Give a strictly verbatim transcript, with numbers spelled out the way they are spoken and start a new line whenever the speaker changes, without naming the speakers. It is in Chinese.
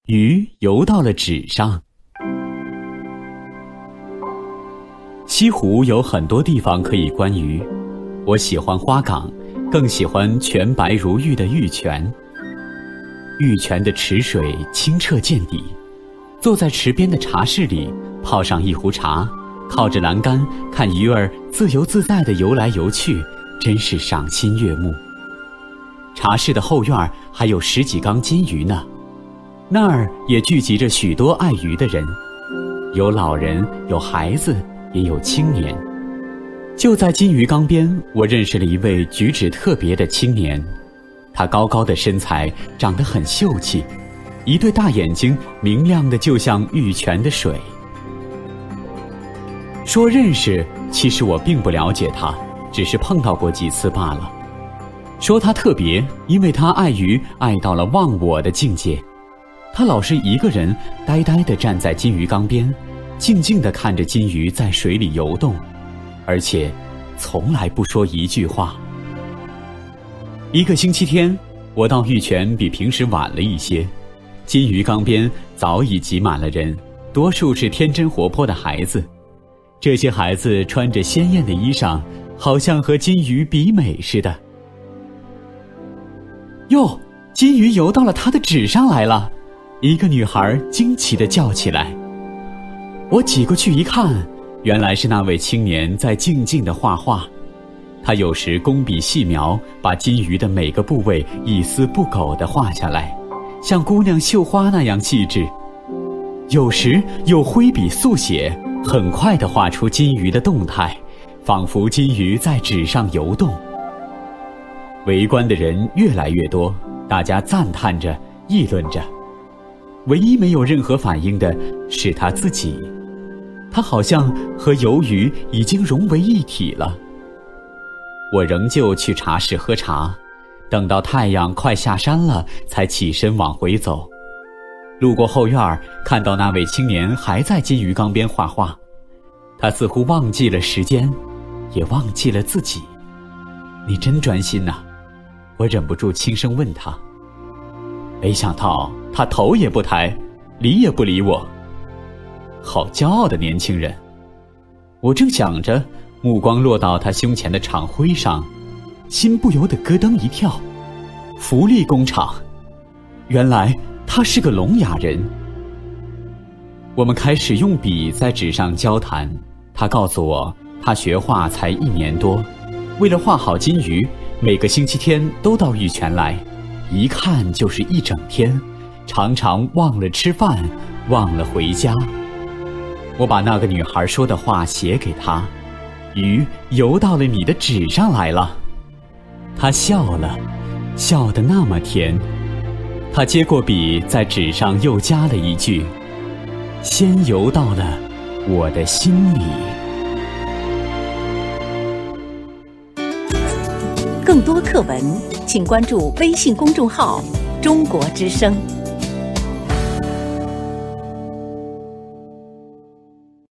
鱼游到了纸上。西湖有很多地方可以观鱼，我喜欢花港，更喜欢全白如玉的玉泉。玉泉的池水清澈见底，坐在池边的茶室里，泡上一壶茶，靠着栏杆看鱼儿自由自在地游来游去，真是赏心悦目。茶室的后院还有十几缸金鱼呢，那儿也聚集着许多爱鱼的人，有老人，有孩子，也有青年。就在金鱼缸边，我认识了一位举止特别的青年，他高高的身材长得很秀气，一对大眼睛明亮的就像玉泉的水。说认识，其实我并不了解他，只是碰到过几次罢了。说他特别，因为他爱鱼爱到了忘我的境界。他老是一个人呆呆地站在金鱼缸边，静静地看着金鱼在水里游动，而且从来不说一句话。一个星期天，我到玉泉比平时晚了一些，金鱼缸边早已挤满了人，多数是天真活泼的孩子。这些孩子穿着鲜艳的衣裳，好像和金鱼比美似的。哟，金鱼游到了他的纸上来了！一个女孩惊奇地叫起来。我挤过去一看，原来是那位青年在静静地画画。他有时工笔细描，把金鱼的每个部位一丝不苟地画下来，像姑娘绣花那样细致。有时又挥笔速写，很快地画出金鱼的动态，仿佛金鱼在纸上游动。围观的人越来越多，大家赞叹着，议论着。唯一没有任何反应的是他自己，他好像和游鱼已经融为一体了。我仍旧去茶室喝茶，等到太阳快下山了，才起身往回走。路过后院，看到那位青年还在金鱼缸边画画，他似乎忘记了时间，也忘记了自己。你真专心呐，我忍不住轻声问他。没想到他头也不抬，理也不理我。好骄傲的年轻人。我正想着，目光落到他胸前的厂徽上，心不由得咯噔一跳。福利工厂，原来他是个聋哑人。我们开始用笔在纸上交谈，他告诉我，他学画才一年多，为了画好金鱼，每个星期天都到玉泉来，一看就是一整天，常常忘了吃饭，忘了回家。我把那个女孩说的话写给他，鱼游到了你的纸上来了。他笑了，笑得那么甜。他接过笔，在纸上又加了一句，先游到了我的心里。
更多课文请关注微信公众号中国之声。